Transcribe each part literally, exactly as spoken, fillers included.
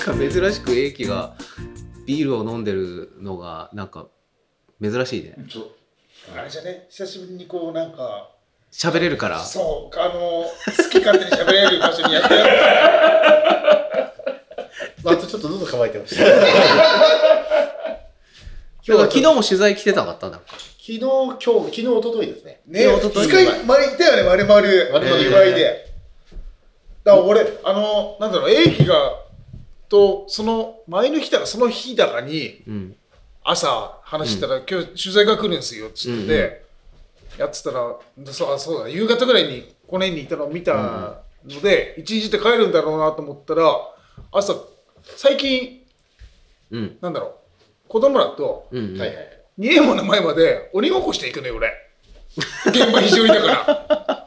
か珍しく英樹がビールを飲んでるのがなんか珍しいね。 そうあれじゃね、久しぶりにこうなんか喋れるから。 そう、あの好き勝手に喋れる場所にやってやる。 あとちょっと喉乾いてました。 今日は昨日も取材来てたかったなんか。 昨日、今日、昨日、一昨日ですね。 ね、ふつかまで行ったよね、丸々。丸々祝いで。だから俺、あの、なんだろう、英樹が、と、その、前の日だか、その日だかに、うん、朝話したら、うん、今日取材が来るんですよ、つってて、うん、やってたら、そう、そうだ、夕方ぐらいに、この辺にいたのを見たので、一、うん、日で帰るんだろうなと思ったら、朝、最近、うん、なんだろう、子供らと、うんうん、はいはい。二右衛門の前まで鬼ごっこしていくね俺。現場非常にだから。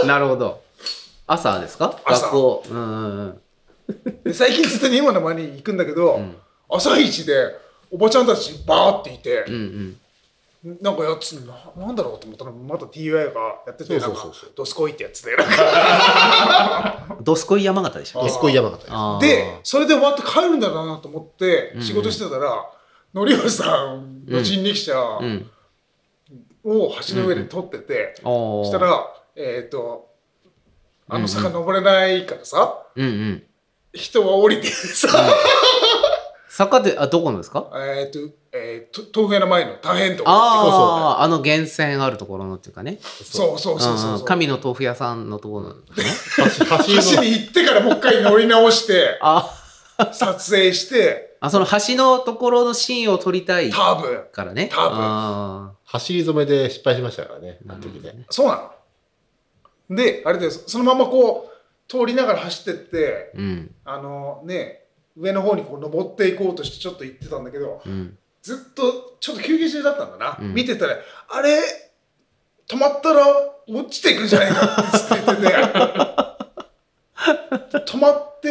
なるほど。朝ですか？ 朝。 学校。うんうんうん。最近ずっと二右衛門の前に行くんだけど、うん、朝一でおばちゃんたちバーっていて、うんうん、なんかやつな、なんだろうと思ったらまた ティーワイ がやってて、なんかドスコイってやつで。 ドスコイ山形でしょ。 ドスコイ山形で。で、それで終わって帰るんだろうなと思って仕事してたら。うんうんのりおさんの人力車を橋の上で撮ってて、うんうん、したら、えっと、あの坂登れないからさ、うんうん、人は降りてさ、うん、 坂で、あ、どこのですか？ えっと、えー、と豆腐屋の前の大変ところ。 ああ、あの源泉あるところのっていうかね。 そうそうそうそうそう。 神の豆腐屋さんのところの、ね。 橋に行ってからもう一回乗り直して、撮影して、 あ、その橋のところのシーンを撮りたい多分からね。 多分。 走り初めで失敗しましたからね、あの時ね。 そうなの。で、あれでそのままこう通りながら走ってって、うん、あのね上の方にこう登っていこうとしてちょっと行ってたんだけど、うん、ずっとちょっと休憩中だったんだな。うん、見てたらあれ止まったら落ちていくんじゃないかって言ってて。止まって、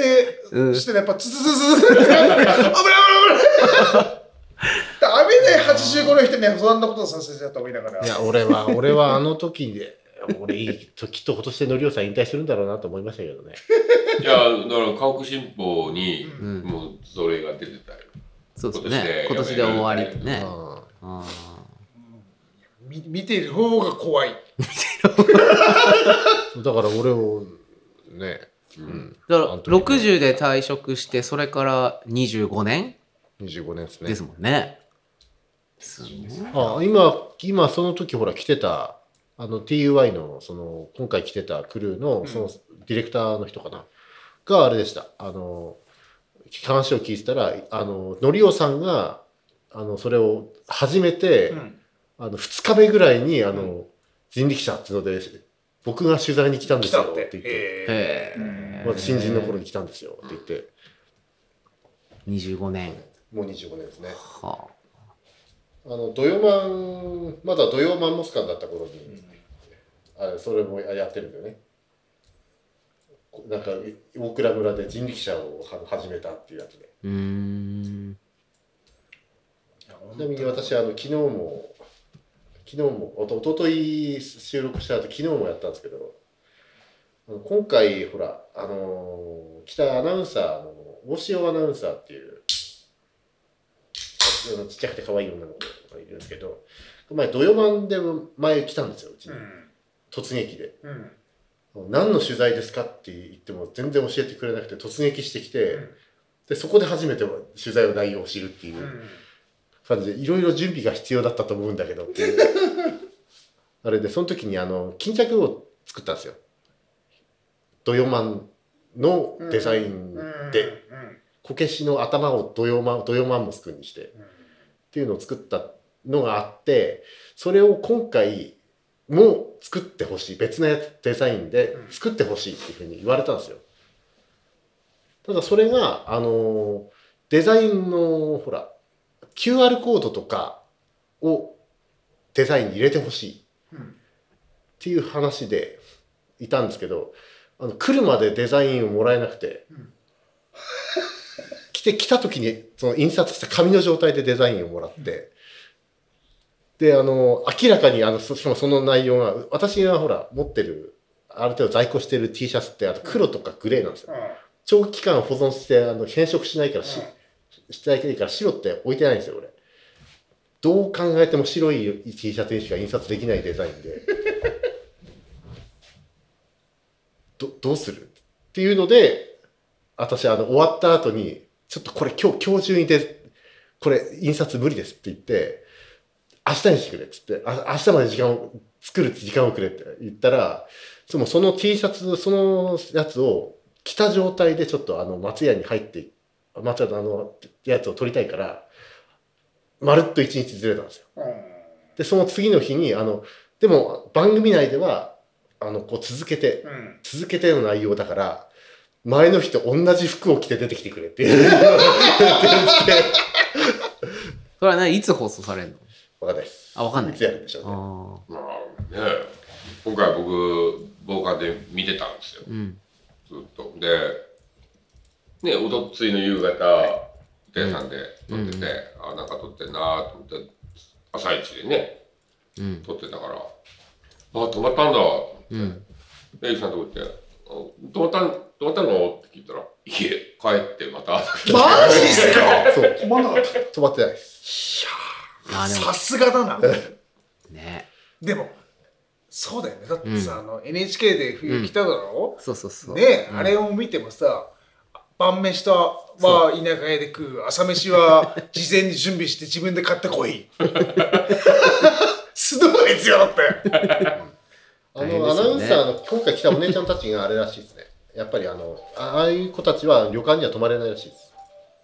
うん、してやっぱツツツツツって危ない危ない危ないダメだよはちじゅうごの人にはそんなことさせちゃったと思いながら。 いや俺は俺はあの時で俺いいきっと今年でのりおさん引退するんだろうなと思いましたけどね。 いやだから家屋新報にもうそれが出てたよ。 そうですね。今年で終わりってね。ああ見見てる方が怖い。 だから俺をね。 うん、だからろくじゅうで退職してそれからにじゅうごねんにじゅうごねんですねですもんね。 あ今今その時ほら来てたあの ティーユーワイ のその今回来てたクルーのそのディレクターの人かな、うん、があれでした。あの話を聞いてたらあののりおさんがあのそれを始めて、うん、あのふつかめぐらいにあの、うん、人力車っていうので僕が取材に来たんですよって言って、まず新人の頃に来たんですよって言って、 にじゅうごねん、もうにじゅうごねんですね。はあ、あの土曜マンまだ土曜マンモスカンだった頃に、うん、あれそれもやってるんだよね。なんか大倉村で人力車を始めたっていうやつで。うーん。ちなみに私あの昨日も昨日もおととい収録した後昨日もやったんですけど、今回ほらあのー、来たアナウンサーの大塩アナウンサーっていうちっちゃくて可愛い女の子がいるんですけど、前土曜版で前来たんですようちに、うん、突撃で、うん、何の取材ですかって言っても全然教えてくれなくて突撃してきて、うん、でそこで初めて取材の内容を知るっていう。うん感じでいろいろ準備が必要だったと思うんだけどっていうあれでその時にあの巾着を作ったんですよ。土曜マンのデザインでこけしの頭を土曜マン、土曜マンモスくんにしてっていうのを作ったのがあって、それを今回も作ってほしい、別なデザインで作ってほしいっていうふうに言われたんですよ。ただそれがあのデザインのほらキューアール コードとかをデザインに入れてほしいっていう話でいたんですけど、あの来るまでデザインをもらえなくて、うん、来て来た時にその印刷した紙の状態でデザインをもらって、うん、であの明らかにあのしかもその内容が私がほら持ってるある程度在庫してる T シャツってあと黒とかグレーなんですよ。うん、 長期間保存してあの変色しないからし、うん、してないから白って置いてないんですよこれ。どう考えても白い T シャツにしか印刷できないデザインでど, どうするっていうので私あの終わった後にちょっとこれ今日今日中にでこれ印刷無理ですって言って明日にしてくれっつってあ明日まで時間を作る時間をくれって言ったらそのその T シャツそのやつを着た状態でちょっとあの松屋に入って松屋のあのやつを撮りたいからまるっといちにちずれたんですよ。でその次の日にあのでも番組内ではあのこう続けて、うん、続けての内容だから前の日と同じ服を着て出てきてくれっていうそれはねいつ放送されるの？ わかんないです。 あ、わかんない。 いつやるんでしょうね。 まあね、今回僕防寒で見てたんですよ。うん、ずっとで、ねおとついの夕方。店さんで撮ってて、うん、あなんか撮ってんなと思って朝一でね、うん、撮ってたからあ止まったんだって思って、うん、エイジさんとこ行って止まった止まったのって聞いたらいえ帰ってまたマジっすかそう止まんなかった止まってないです。 いやさすがだなね。 でもそうだよねだってさ、うん、あの エヌエイチケー で冬来ただろ、 うん、そうそうそうね、うん、あれを見てもさ晩飯とは田舎屋で食う朝飯は事前に準備して自分で買ってこいすごいですよだってあの、ね、アナウンサーの今回来たお姉ちゃんたちがあれらしいですねやっぱりあのああいう子たちは旅館には泊まれないらしいです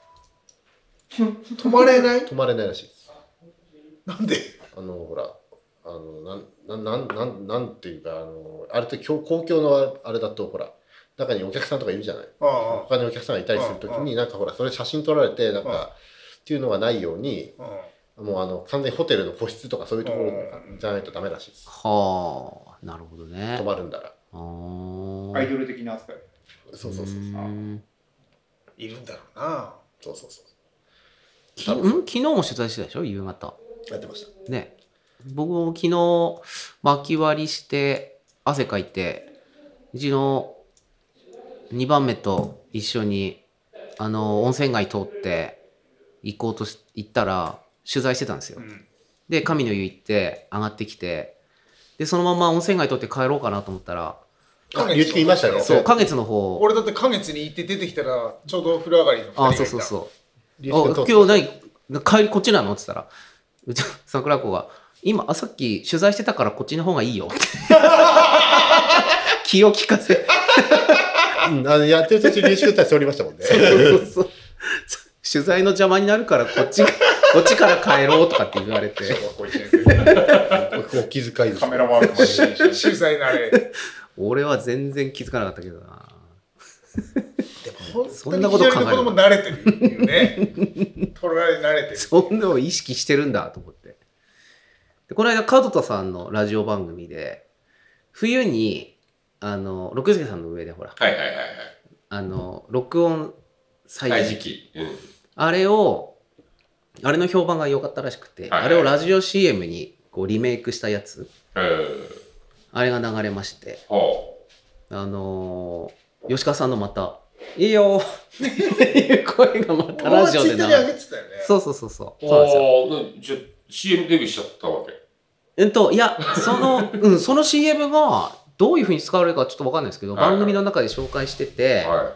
泊まれない泊まれないらしいですなんであのほらあのなんなんなんなんていうかあのあれと公共のあれだとほら中にお客さんとかいるじゃない。他にお客さんがいたりするときになんかほらそれ写真撮られてなんかっていうのがないようにもうあの完全にホテルの個室とかそういうところじゃないとダメらしいです。 はあ、なるほどね。 泊まるんだら。 アイドル的な扱い。 そうそうそうそう。 いるんだろうな。 そうそうそう。 きん昨日も取材してたでしょ夕方。 やってました。 ね。僕も昨日巻き割りして汗かいてうちのにばんめと一緒にあの温泉街通って行こうとし行ったら取材してたんですよ、うん、で神の湯行って上がってきてでそのまま温泉街通って帰ろうかなと思ったらゆうちくんいましたね。 そう花月の方俺だって花月に行って出てきたらちょうど風呂上がりのふたりがいた。 あそうそうそうあ今日何帰りこっちなのって言ったらうちの桜子が今あさっき取材してたからこっちの方がいいよ気を利かせうん、あのやってる途中に宿題しておりましたもんね。 そうそうそう取材の邪魔になるからこっちこっちから帰ろうとかって言われて。 お気遣いです。 カメラワークまで取材慣れ。 俺は全然気づかなかったけどな。 でも本当に非常に子供慣れてるっていうね。捉え慣れてる。 そんなの意識してるんだと思って。でこの間門田さんのラジオ番組で冬にあの六助さんの上でほら、 はいはいはいはい、 あの録音歳時期、うん、 あれをあれの評判が良かったらしくて、はいはい、あれをラジオ シーエム にこうリメイクしたやつ、あれが流れまして、あのー、吉川さんのまたいいよっていう声がまたラジオで流れて、ね、そうそうそうそうそうなんですよ。じゃ シーエム デビューしちゃったわけ。 えっといやそのうんその シーエム がどういうふうに使われるかちょっと分かんないですけど、はいはい、番組の中で紹介してて、はい、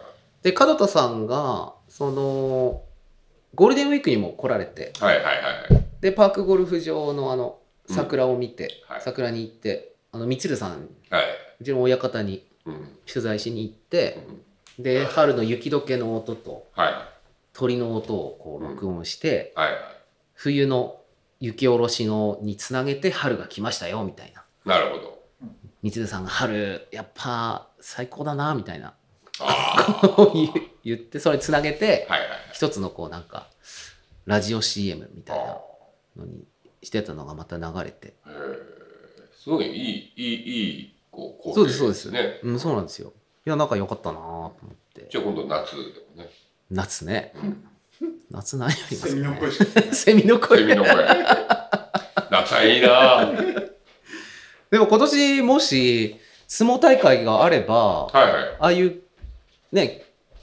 で門田さんがそのゴールデンウィークにも来られて、 はいはいはい、 でパークゴルフ場のあの桜を見て、うんはい、桜に行ってあのみつるさん、はい、うちの親方に取材しに行って、うん、で春の雪解けの音と、はい、鳥の音をこう録音して、うんはいはい、冬の雪下ろしのにつなげて春が来ましたよみたいな。 なるほど。 みつるさんが春やっぱ最高だなみたいな言ってそれつなげて、はいはいはい、一つのこうなんかラジオ シーエム みたいなのにしてたのがまた流れて、 へすごいいいいいいいこうそうですそうですね、うん、そうなんですよ。いやなんか良かったなと思って。 じゃあ今度夏でもね。 夏ね、うん、夏何やりますかね。 セミの声セミの声セミの声夏はいいなでも今年もし相撲大会があれば、はいはい、ああいうね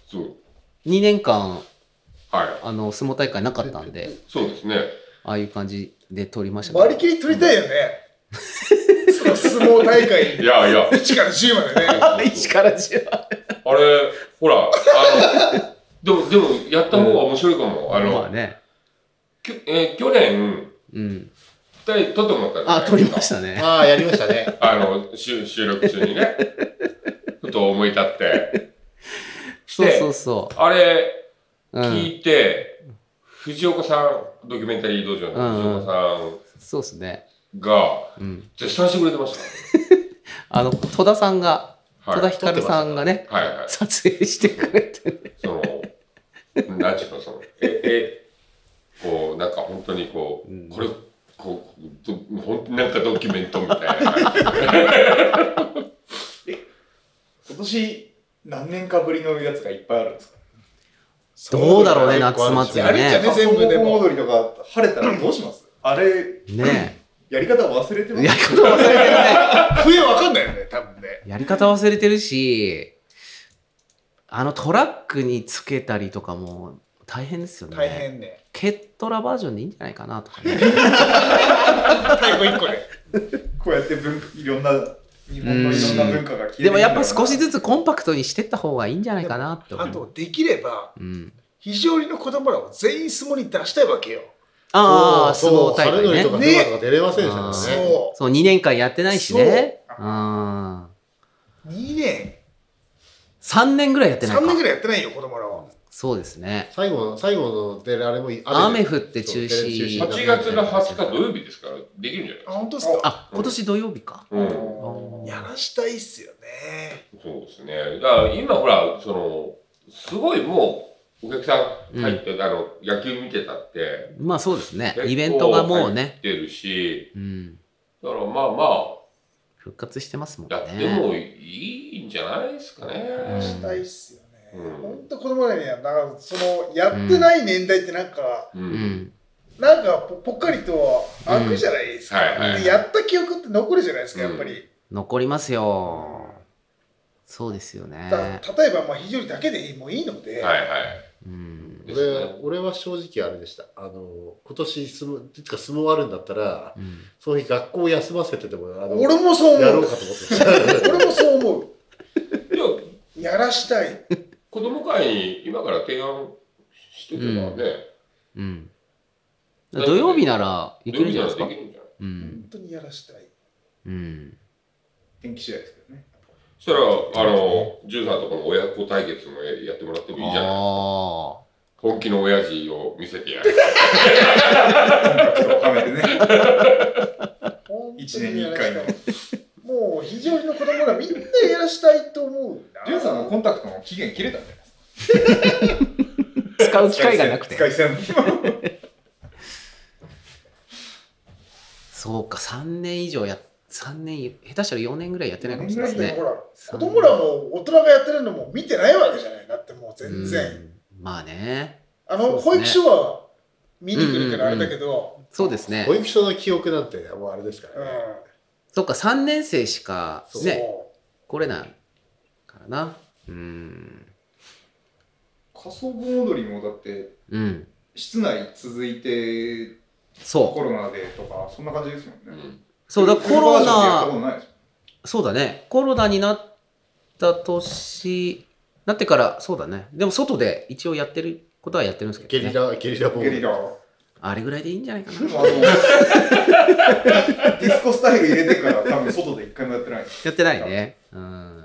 そう。 にねんかん、 はい。 あの、相撲大会なかったんで、 そうですね。 ああいう感じで取りましたけど。 割り切り取りたいよね。その相撲大会。 いやいや。 いちからじゅうまでね。 いちからじゅうまで。 あれ、ほら、あの、でも、でも、やった方が面白いかも。うん、あの、 まあね。 きえー、去年、 うん。 二人撮ってもらったじゃないですか。 あ、撮りましたね。 ああ、やりましたね。 あの、収収録中にね。ふと思い立って。 そうそうそう。 あれ、聞いて、うん、藤岡さん、ドキュメンタリー道場の藤岡さん、うんうん、 そうですね。 が、うん、絶賛してくれてました。 あの、戸田さんが、はい、戸田ひかるさんがね、 はいはい、 撮影してくれて、ね。 その、なんちゅうの、その、え、え、こう、なんか本当にこう、うん、これ、こう、ほんなんかドキュメントみたいな感じ。 え、今年、何年かぶりのやつがいっぱいあるんですか？ どうだろうね、夏祭りね。 やるじゃね、全部でも。 踊りとか、晴れたらどうします？あれ、 ねやり方忘れてます。 やり方忘れてるね。 冬わかんないよね、多分ね。 やり方忘れてるし、あのトラックにつけたりとかも大変ですよね。 大変ね。 ケットラバージョンでいいんじゃないかなとかね。 太鼓いっこで。 こうやって文いろんな、日本のいろんな文化が消えてでもやっぱ少しずつコンパクトにしていった方がいいんじゃないかなって思う。 あと、できれば、うん、非常にの子供らを全員相撲に出したいわけよ。 ああ、相撲大会ね。 とかね。とか出れませんでしたね。 そう。 そう、にねんかんやってないしね。あにねん。 さんねんぐらいやってないか。 さんねんぐらいやってないよ、子供らは。 そうですね。 最後の、最後の出るあれも雨降って中止。 はちがつのはつか土曜日ですから、できるんじゃないですか。 あ、本当ですか。 あ、今年土曜日か。 うん。やらしたいっすよね。 そうですね。だから今ほら、その、すごいもう、お客さん入って、うん、あの野球見てたって、 まあそうですね。イベントがもうね。 入ってるし、 うん、 だからまあまあ復活してますもんね。 やってもいいんじゃないですかね。 やしたいっすよね。本当、うん、子供らにはなんかそのやってない年代ってなんか、うん、なんか ぽ, ぽっかりと開くじゃないですか。やった記憶って残るじゃないですか、やっぱり。うん、 残りますよ。そうですよね。 例えばまあ非常にだけでもいいので。 はいはい。 うん、 俺, 俺は正直あれでした。あの今年相撲いつか相撲あるんだったら、うん、その日学校を休ませててもあの俺もそう思う。 やろうかと思って俺もそう思う。やらしたい。 子供会に今から提案してるのはね。 うん。うん、土曜日ならいけるんじゃないですか。 うん、本当にやらしたい。 うん。 天気次第ですけどね。 そしたら、あの、じゅうさんとこの親子対決もやってもらってもいいじゃないですか。本気の親父を見せてやる。 はめてね。いちねんにいっかいの。 もう非常にの子供らみんなやらしたいと思うな。 じゅうさんのコンタクトの期限切れたんじゃないですか。 使う機会がなくて。 使い線。 そうか、さんねん以上やさんねん、下手したらよねんぐらいやってないかもしれないですね。 ほら、子供らも大人がやってるのも見てないわけじゃない。だってもう全然。 まあね。 あの、保育所は見に来るからあれだけど。 そうですね。 保育所の記憶なんてもうあれですからね。 そっか、さんねん生しかね、来れないからな。うん。 仮想盆踊りもだって、室内続いて、 そうコロナでとか、そんな感じですもんね。 そうだ、コロナ、そうだね、コロナになった年、なってから、そうだね、でも外で一応やってることはやってるんですけどね。 ゲリラ、ゲリラボール。 あれぐらいでいいんじゃないかな。 ディスコスタイル入れてから多分外で一回もやってない。 やってないね。うん。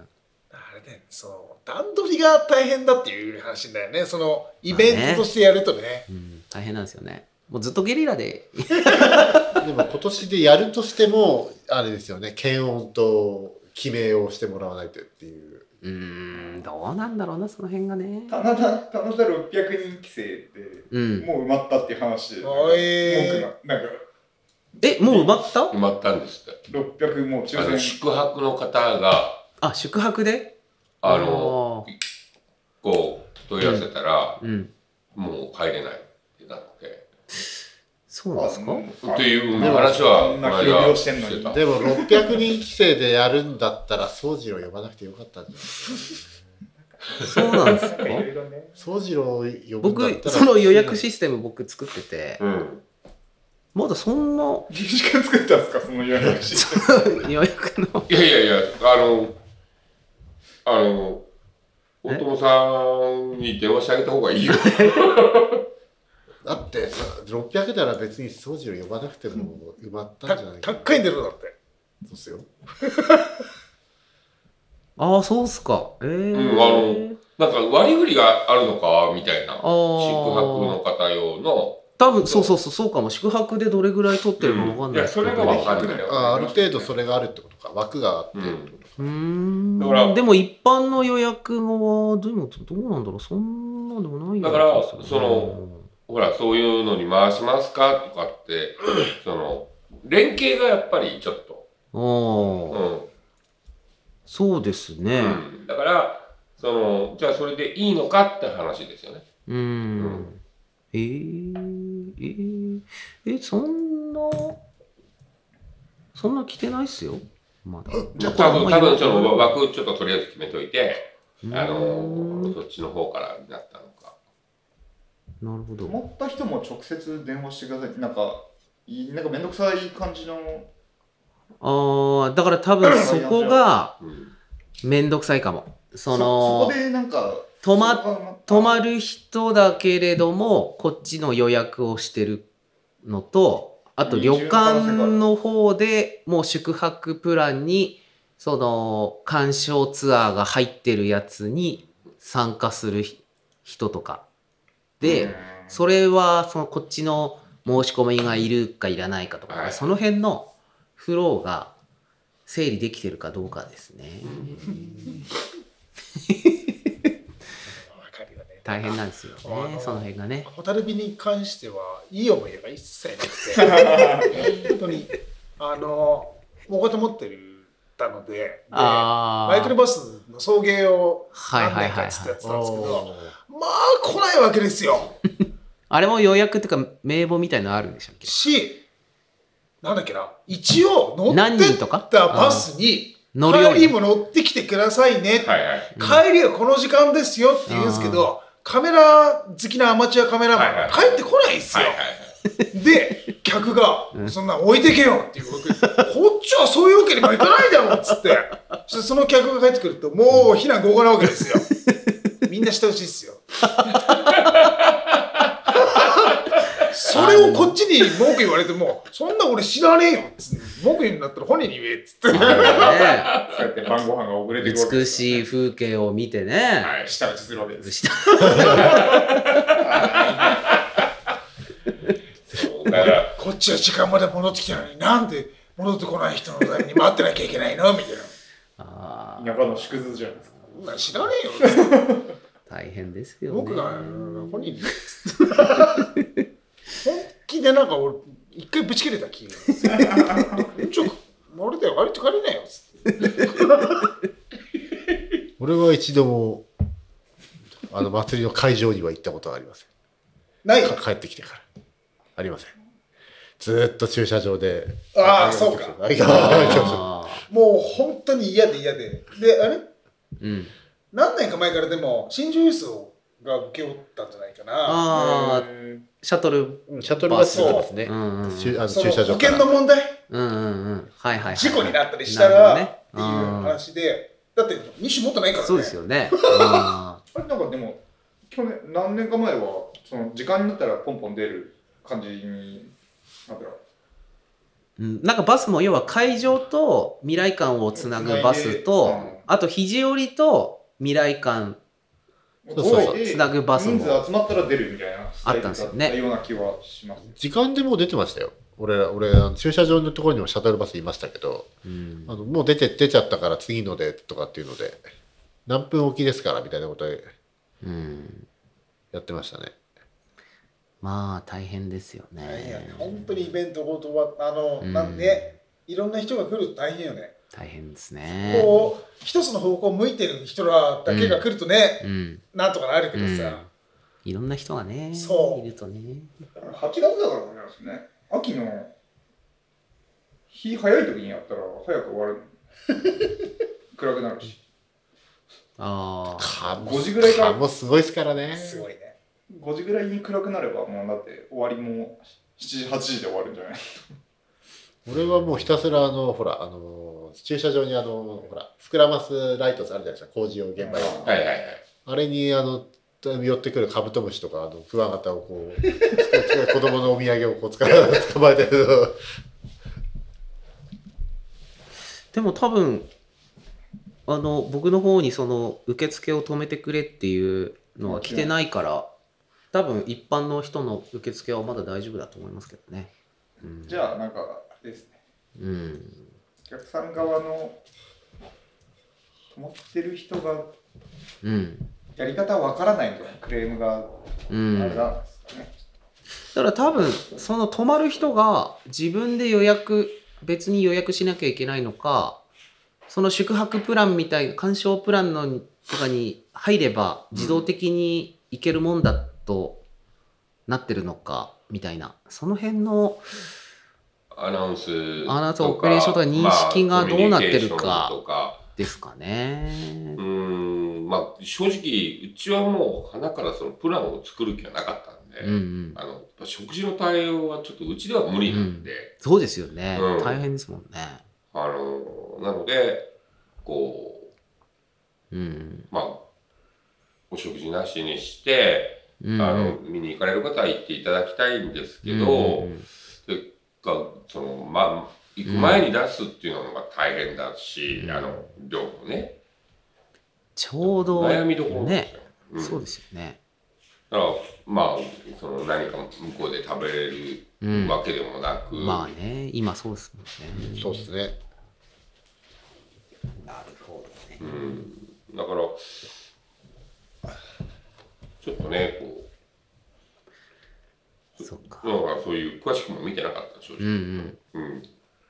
あれね、そう、段取りが大変だっていう話だよね。そのイベントとしてやるとね。 ね、うん、大変なんですよね。もうずっとゲリラで。 でも今年でやるとしてもあれですよね。検温と記名をしてもらわないとっていう。 うーん、どうなんだろうな、その辺がね。 棚田、棚田ろっぴゃくにん規制で、うん、もう埋まったっていう話で、 えー、なんか、 え、もう埋まった？ 埋まったんですって。 ろっぴゃくもう抽選。 宿泊の方が、 あ、宿泊で？ あの、こう、問い合わせたら、うん、もう入れないってなって。 そうなんですか？ っていう話はでもろっぴゃくにん規制でやるんだったら掃除を呼ばなくてよかったんじゃないそうなんですか。 宗次郎呼ぶんだったら僕その予約システム僕作ってて、 うん、 まだそんなにじかん作ったんですか、その予約システム。 予約のいやいやいや、あのあの大友さんに電話してあげた方がいいよ。 だってさろっぴゃくなら別に宗次郎呼ばなくても埋まったんじゃないかな。 高いんだろだって。 そうっすよ。 ああそうっすか。ええー。 うん、あのなんか割り振りがあるのかみたいな、宿泊の方用の。 多分そうそうそうそうかも。宿泊でどれぐらい取ってるかわかんないですけど、うん、いやそれがわかんないよ、ね、 あ, ある程度それがあるってことか。枠があって、うん、 うーんだからでも一般の予約はでもどうなんだろう、そんなでもないんだからそのほらそういうのに回しますかとかってその連携がやっぱりちょっとああ、うん、そうですね、 うん、だからそのじゃあそれでいいのかって話ですよね。 うん、うん、えー、えー、えそんなそんな来てないっすよまだ。 じゃあ多分多分その枠ちょっととりあえず決めといて、あのそっちの方からになったのか。 なるほど。 泊まった人も直接電話してください。なんかなんかめんどくさい感じの。 ああだから多分そこがめんどくさいかも。そのそこでなんか泊ま泊まる人だけれどもこっちの予約をしてるのと、あと旅館の方でもう宿泊プランにその鑑賞ツアーが入ってるやつに参加する人とかで、それはそのこっちの申し込みがいるかいらないかとか、はい、その辺のフローが整理できてるかどうかですね。大変なんですよね、その辺がね。 ホタルビに関してはいい思い出が一切なくて本当にあの大型持ってるたので、でマイクロバスの送迎を何年かつってやってたんですけど、まあ来ないわけですよ。 あれも予約っていうか名簿みたいなのあるんでしたっけ？ し、なんだっけな、一応乗ってったバスに帰りも乗ってきてくださいね、はいはい、帰りはこの時間ですよって言うんですけど、カメラ好きなアマチュアカメラマンが帰ってこないんですよ。で、客が、そんな置いてけよっていう、こっちはそういうわけにもいかないだろうっつって、そ, その客が帰ってくると、もう非難合々なわけですよ。みんなしてほしいっすよ。それをこっちに文句言われても、そんな俺知らねえよっつって、文句言うんだったら本人に言えっつって。そうやって晩ご飯が遅れてくる、 美しい風景を見てね。 はい、舌打ちするわけです。 だからこっちは時間まで戻ってきたのになんで戻ってこない人のために待ってなきゃいけないのみたいな。 あ田舎の縮図じゃないですか。 そんな知らねえよ。 大変ですよね。 僕が本人に本気でなんか俺一回ぶち切れた気がする。ちょあれだよ、あれって帰れないよっつって。 俺は一度もあの祭りの会場には行ったことはありません。 ないか帰ってきてからありません。ずーっと駐車場で。 ああ、そうか。もう本当に嫌で嫌で。で、あれ、うん、何年か前からでも新庄輸送が受け負ったんじゃないかな。 ああ、シャトルシャトルバスですね。駐車場保険の問題、 うんうんうん、はいはい。 事故になったりしたらっていう話で、だってに種持ってないからね。 そうですよね。 あれなんかでも去年何年か前はその時間になったらポンポン出る感じになったら。 うん、なんかバスも要は会場と未来館をつなぐバスと、うん、あと肘折と未来館をつなぐバスも人数集まったら出るみたいなあったんですよね。 ような気はします。 時間でもう出てましたよ。俺俺駐車場のところにもシャトルバスいましたけど、うん、あのもう出て出ちゃったから次のでとかっていうので何分おきですからみたいなことでやってましたね。 まあ大変ですよね。 いや本当にイベントごとはあの、うん、なんでいろんな人が来ると大変よね。 大変ですね。 こう一つの方向を向いてる人らだけが来るとね、うん、なんとかなるけどさ、うん、 いろんな人がねそういるとね。 はちがつだからなんですね。秋の日早い時にやったら早く終わる。暗くなるし。 ああ。 ごじぐらいからもうすごいですからね。 すごいね。 ごじぐらいに暗くなればもうだって終わりもしちじはちじで終わるんじゃない？ 俺はもうひたすらあのほらあの駐車場にあのほら膨らますライトあるじゃないですか、工事用現場用の。 はいはいはい。 あれにあの寄ってくるカブトムシとかあのクワガタをこう子供のお土産をこう捕まえてるでも多分あの僕の方にその受付を止めてくれっていうのは来てないから、多分一般の人の受付はまだ大丈夫だと思いますけどね。うん、 じゃあなんかあれですね。 うん。 お客さん側の止まってる人がうん。 やり方わからないみたいなクレームがあれなんですかね。 だから多分その泊まる人が自分で予約別に予約しなきゃいけないのか、その宿泊プランみたいな鑑賞プランのとかに入れば自動的に行けるもんだとなってるのかみたいな、その辺のアナウンスアナウンスオペレーションとか認識がどうなってるかですかね。 うーん、まあ正直うちはもう鼻からそのプランを作る気はなかったんで、 うんうん、 あの食事の対応はちょっとうちでは無理なんで、うん、 そうですよね、 うん、 大変ですもんね。 あのなのでこう、うん、まあお食事なしにして、うん、あの見に行かれる方は行っていただきたいんですけど、うん、でがそのまあ行く前に出すっていうのが大変だし、うん、あの量もねちょうど悩みどころですよ、ね、 うん、そうですよね。 だからまあその何か向こうで食べれるわけでもなく、 うん、まあね今そうですもんね。 そうですね。 なるほどね。 うん、だからちょっとねこうそっか、だからそういう詳しくも見てなかった正直。うんうんうん、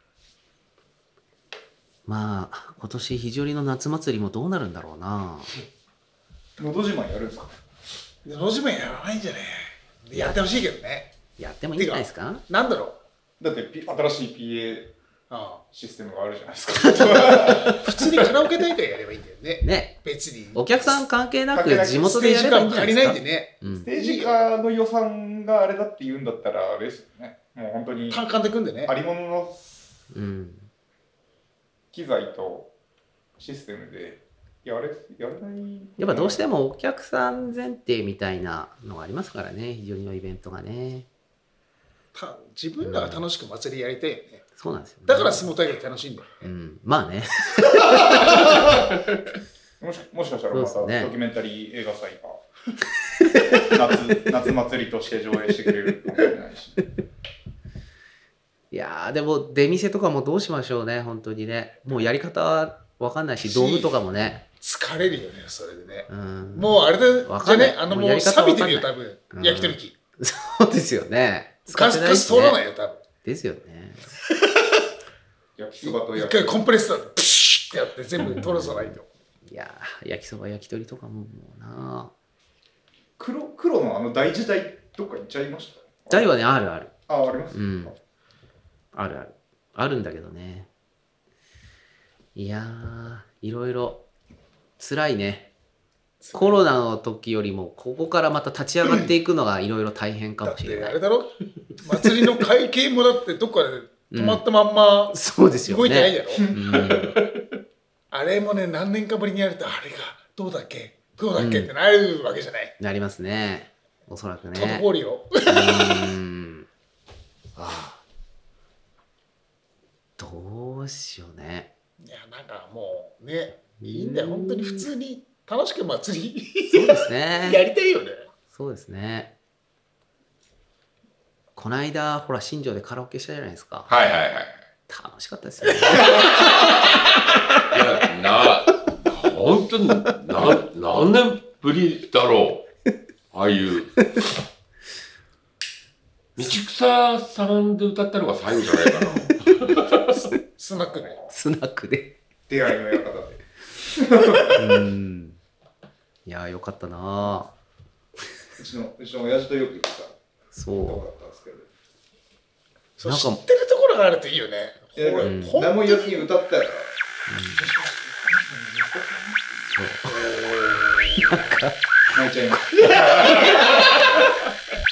まあ今年肘折の夏祭りもどうなるんだろうな。 のど自慢やるんですか？ のど自慢やらないんじゃねえ。やってほしいけどね。 やってもいいんじゃないですか。 なんだろう。だって、P、新しい ピーエー システムがあるじゃないですか。 普通にカラオケ大会やればいいんだよね。 ね。 別に。 お客さん関係なく地元でやればいいんじゃないですか。 ステージ化の予算があれだって言うんだったらあれですよね。もう本当に単価で組んでね。 ありものの機材とシステムでやれやれない。 やっぱどうしてもお客さん前提みたいなのがありますからね、非常にのイベントがね。 た自分らが楽しく祭りやりたいよね。 うん、そうなんですよ、ね。 だから相撲大会楽しいんだよ。 うん、まあね。 もしもしかしたらまたドキュメンタリー映画祭が夏夏祭りとして上映してくれるかもしれないし。 いやーでも出店とかもどうしましょうね、本当にね。もうやり方わかんないし、道具とかもね。 疲れるよね、それでね。 うん、 もうあれだじゃね、あのもう錆びてるよ、多分、うん、焼き鳥機。 そうですよね。 使ってないし、ね。通らないよ、多分。 ですよね。 焼きそばと焼き鳥。一回コンプレッサーでプシッってやって全部通らさないと。 いやー、焼きそば焼き鳥とかももうな。 黒黒のあの大自体どっか行っちゃいました？ 大はね、あるある。 あ、あります。 うん。あるある。あるんだけどね。いやー、いろいろ辛いね。コロナの時よりもここからまた立ち上がっていくのがいろいろ大変かもしれない。 だってあれだろ祭りの会計もだってどっかで止まったまんま、うん、 そうですよね、 動いてないだろ、うん、あれもね何年かぶりにやるとあれがどうだっけどうだっけ、うん、ってなるわけじゃない。 なりますね、おそらくね。 滞るよ。うんああどうしようね。 いやなんかもうねいいんだよ本当に普通に楽しく祭りそうですねやりたいよね。 そうですね。この間ほら新庄でカラオケしたじゃないですか。 はいはいはい。 楽しかったですよね。 いやな本当にな何年ぶりだろうああいう道草さんで歌ったのが最後じゃないかな。 スナックでスナックで出会いの館でうんいやよかったな。 うちのうちの親父とよく行ったそうだったんですけど、 そう知ってるところがあるといいよね。 いやうん、何も言わずに歌ったら、うん、 泣いちゃいます。